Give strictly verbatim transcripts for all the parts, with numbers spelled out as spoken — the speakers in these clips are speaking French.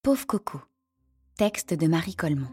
Pauvre Coco. Texte de Marie Coleman.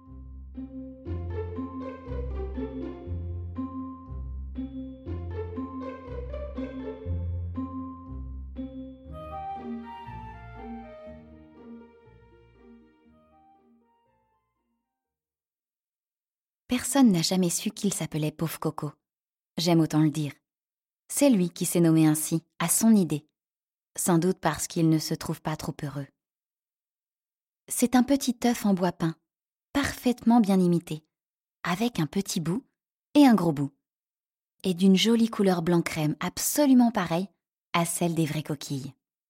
Personne n'a jamais su qu'il s'appelait Pauvre Coco. J'aime autant le dire. C'est lui qui s'est nommé ainsi, à son idée. Sans doute parce qu'il ne se trouve pas trop heureux. C'est un petit œuf en bois peint, parfaitement bien imité, avec un petit bout et un gros bout, et d'une jolie couleur blanc-crème absolument pareille à celle des vraies coquilles.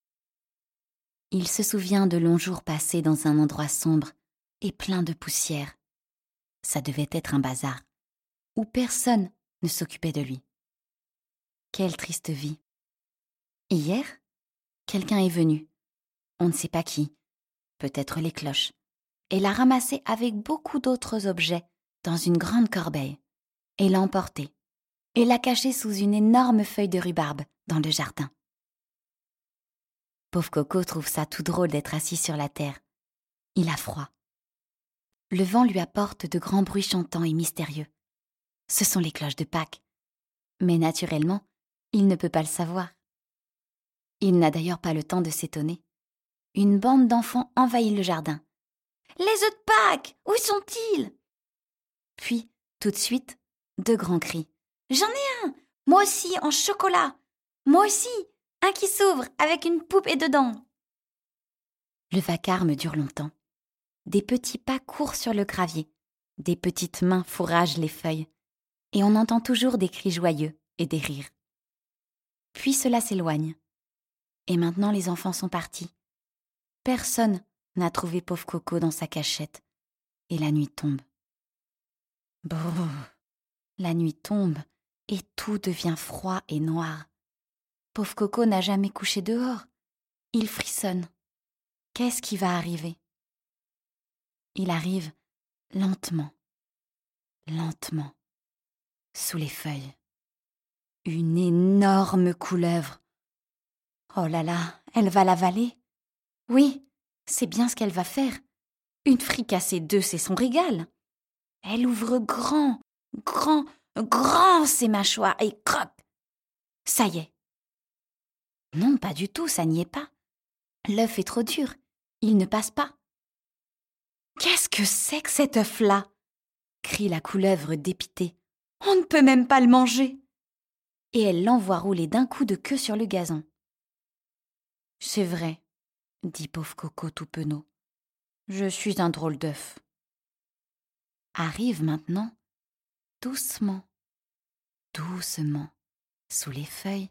Il se souvient de longs jours passés dans un endroit sombre et plein de poussière. Ça devait être un bazar, où personne ne s'occupait de lui. Quelle triste vie. Hier, quelqu'un est venu, on ne sait pas qui, peut-être les cloches, et l'a ramassé avec beaucoup d'autres objets dans une grande corbeille, et l'a emporté, et l'a caché sous une énorme feuille de rhubarbe dans le jardin. Pauvre Coco trouve ça tout drôle d'être assis sur la terre. Il a froid. Le vent lui apporte de grands bruits chantants et mystérieux. Ce sont les cloches de Pâques. Mais naturellement, il ne peut pas le savoir. Il n'a d'ailleurs pas le temps de s'étonner. Une bande d'enfants envahit le jardin. « Les œufs de Pâques, où sont-ils » Puis, tout de suite, deux grands cris. « J'en ai un, moi aussi, en chocolat. Moi aussi, un qui s'ouvre avec une poupée dedans. » Le vacarme dure longtemps. Des petits pas courent sur le gravier, des petites mains fourragent les feuilles, et on entend toujours des cris joyeux et des rires. Puis cela s'éloigne. Et maintenant les enfants sont partis. Personne n'a trouvé Pauvre Coco dans sa cachette, et la nuit tombe. Brrr, la nuit tombe, et tout devient froid et noir. Pauvre Coco n'a jamais couché dehors. Il frissonne. Qu'est-ce qui va arriver ? Il arrive lentement, lentement, sous les feuilles. Une énorme couleuvre. Oh là là, elle va l'avaler. Oui, c'est bien ce qu'elle va faire. Une fricassée d'œufs, c'est son régal. Elle ouvre grand, grand, grand ses mâchoires et croque. Ça y est. Non, pas du tout, ça n'y est pas. L'œuf est trop dur, il ne passe pas. Qu'est-ce que c'est que cet œuf-là ? Crie la couleuvre dépitée. On ne peut même pas le manger. Et elle l'envoie rouler d'un coup de queue sur le gazon. C'est vrai, dit Pauvre Coco tout penaud. Je suis un drôle d'œuf. Arrive maintenant, doucement, doucement, sous les feuilles,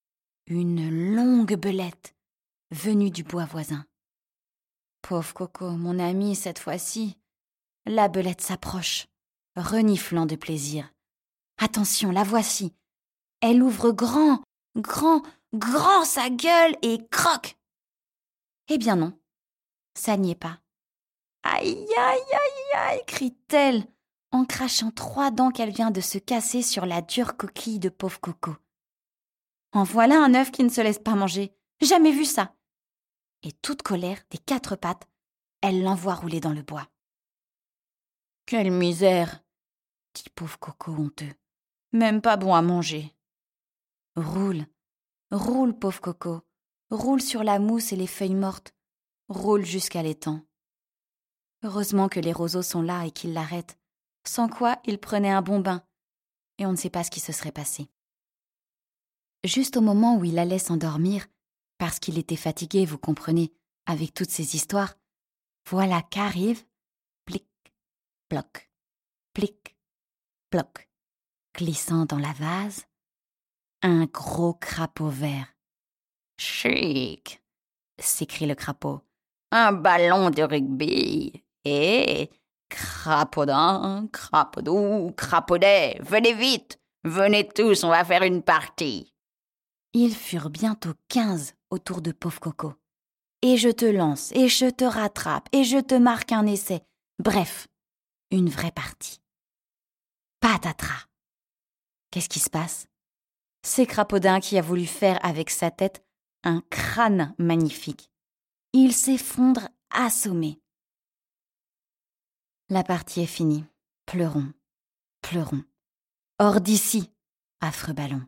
une longue belette venue du bois voisin. Pauvre Coco, mon ami, cette fois-ci, la belette s'approche, reniflant de plaisir. Attention, la voici. Elle ouvre grand, grand, grand sa gueule et croque. Eh bien non, ça n'y est pas. Aïe, aïe, aïe, aïe, crie-t-elle, en crachant trois dents qu'elle vient de se casser sur la dure coquille de Pauvre Coco. En voilà un œuf qui ne se laisse pas manger. Jamais vu ça. Et toute colère, des quatre pattes, elle l'envoie rouler dans le bois. Quelle misère, dit Pauvre Coco honteux. Même pas bon à manger. Roule, roule, Pauvre Coco, roule sur la mousse et les feuilles mortes, roule jusqu'à l'étang. Heureusement que les roseaux sont là et qu'ils l'arrêtent, sans quoi il prenait un bon bain, et on ne sait pas ce qui se serait passé. Juste au moment où il allait s'endormir, parce qu'il était fatigué, vous comprenez, avec toutes ces histoires, voilà qu'arrive, plic, ploc, plic, ploc, glissant dans la vase, un gros crapaud vert. « Chic !» s'écrie le crapaud. « Un ballon de rugby ! Et crapaudin, crapaudou, crapaudet, venez vite, venez tous, on va faire une partie !» Ils furent bientôt quinze autour de Pauvre Coco. Et je te lance, et je te rattrape, et je te marque un essai. Bref, une vraie partie. Patatras. Qu'est-ce qui se passe ? C'est Crapaudin qui a voulu faire avec sa tête un crâne magnifique. Il s'effondre assommé. La partie est finie. Pleurons, pleurons. Hors d'ici, affreux ballon.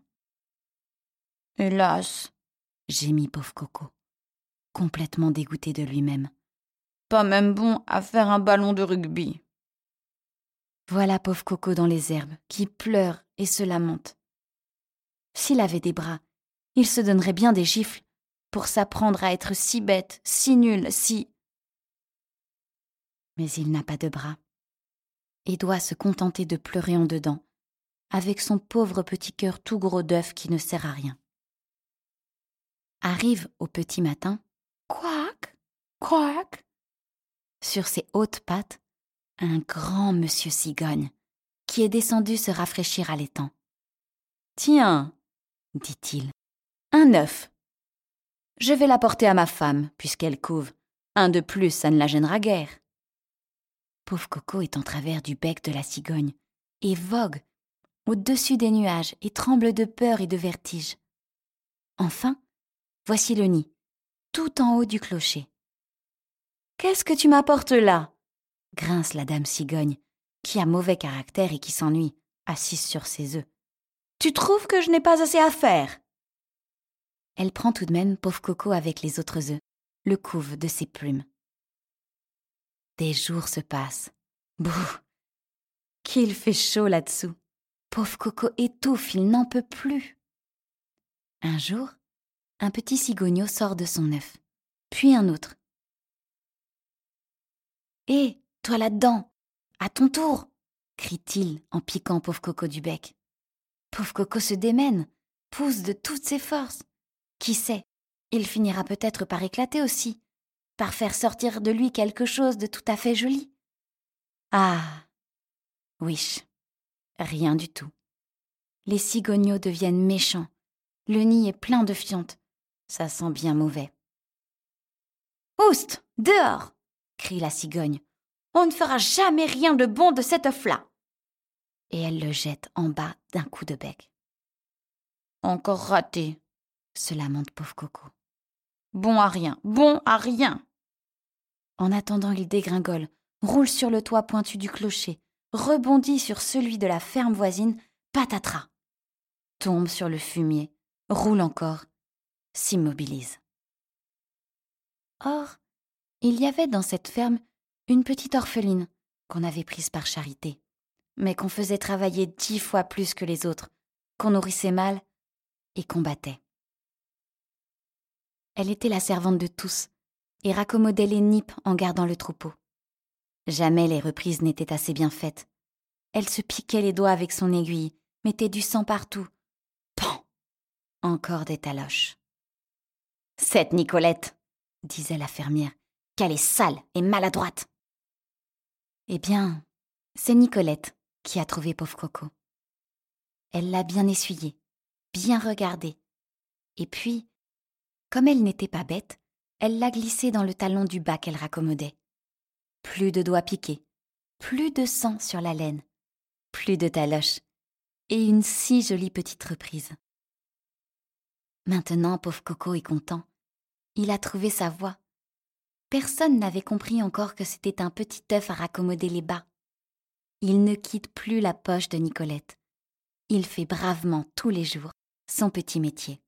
Hélas, gémit pauvre Coco, complètement dégoûté de lui-même. Pas même bon à faire un ballon de rugby. Voilà pauvre Coco dans les herbes, qui pleure et se lamente. S'il avait des bras, il se donnerait bien des gifles pour s'apprendre à être si bête, si nul, si... Mais il n'a pas de bras et doit se contenter de pleurer en dedans, avec son pauvre petit cœur tout gros d'œuf qui ne sert à rien. Arrive au petit matin, couac, couac, sur ses hautes pattes, un grand monsieur cigogne qui est descendu se rafraîchir à l'étang. « Tiens, dit-il, un œuf. Je vais l'apporter à ma femme, puisqu'elle couve. Un de plus, ça ne la gênera guère. » Pauvre Coco est en travers du bec de la cigogne et vogue au-dessus des nuages et tremble de peur et de vertige. Enfin, voici le nid, tout en haut du clocher. « Qu'est-ce que tu m'apportes là ?» grince la dame cigogne, qui a mauvais caractère et qui s'ennuie, assise sur ses œufs. « Tu trouves que je n'ai pas assez à faire ?» Elle prend tout de même pauvre Coco avec les autres œufs, le couve de ses plumes. Des jours se passent. Bouh! Qu'il fait chaud là-dessous. Pauvre Coco étouffe, il n'en peut plus. Un jour, un petit cigogneau sort de son œuf, puis un autre. « Hé, toi là-dedans, à ton tour !» crie-t-il en piquant pauvre Coco du bec. Pauvre Coco se démène, pousse de toutes ses forces. Qui sait, il finira peut-être par éclater aussi, par faire sortir de lui quelque chose de tout à fait joli. Ah, wish, rien du tout. Les cigogneaux deviennent méchants. Le nid est plein de fientes. Ça sent bien mauvais. « Oust, dehors !» crie la cigogne. « On ne fera jamais rien de bon de cet œuf-là !» Et elle le jette en bas d'un coup de bec. « Encore raté !» se lamente pauvre Coco. « Bon à rien, bon à rien !» En attendant, il dégringole, roule sur le toit pointu du clocher, rebondit sur celui de la ferme voisine, patatras, tombe sur le fumier, roule encore, s'immobilise. Or, il y avait dans cette ferme une petite orpheline qu'on avait prise par charité, mais qu'on faisait travailler dix fois plus que les autres, qu'on nourrissait mal et qu'on battait. Elle était la servante de tous et raccommodait les nippes en gardant le troupeau. Jamais les reprises n'étaient assez bien faites. Elle se piquait les doigts avec son aiguille, mettait du sang partout. Pan ! Encore des taloches. « Cette Nicolette !» disait la fermière, « qu'elle est sale et maladroite !» Eh bien, c'est Nicolette qui a trouvé pauvre Coco. Elle l'a bien essuyée, bien regardée. Et puis, comme elle n'était pas bête, elle l'a glissée dans le talon du bas qu'elle raccommodait. Plus de doigts piqués, plus de sang sur la laine, plus de taloches, et une si jolie petite reprise. Maintenant, pauvre Coco est content. Il a trouvé sa voie. Personne n'avait compris encore que c'était un petit œuf à raccommoder les bas. Il ne quitte plus la poche de Nicolette. Il fait bravement tous les jours son petit métier.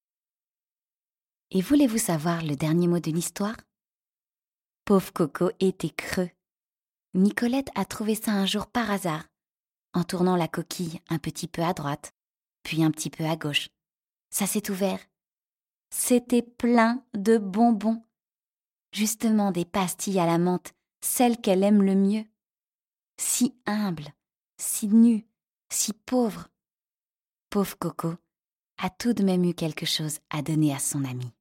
Et voulez-vous savoir le dernier mot de l'histoire ? Pauvre Coco était creux. Nicolette a trouvé ça un jour par hasard, en tournant la coquille un petit peu à droite, puis un petit peu à gauche. Ça s'est ouvert. C'était plein de bonbons. Justement des pastilles à la menthe, celles qu'elle aime le mieux. Si humble, si nue, si pauvre. Pauvre Coco a tout de même eu quelque chose à donner à son ami.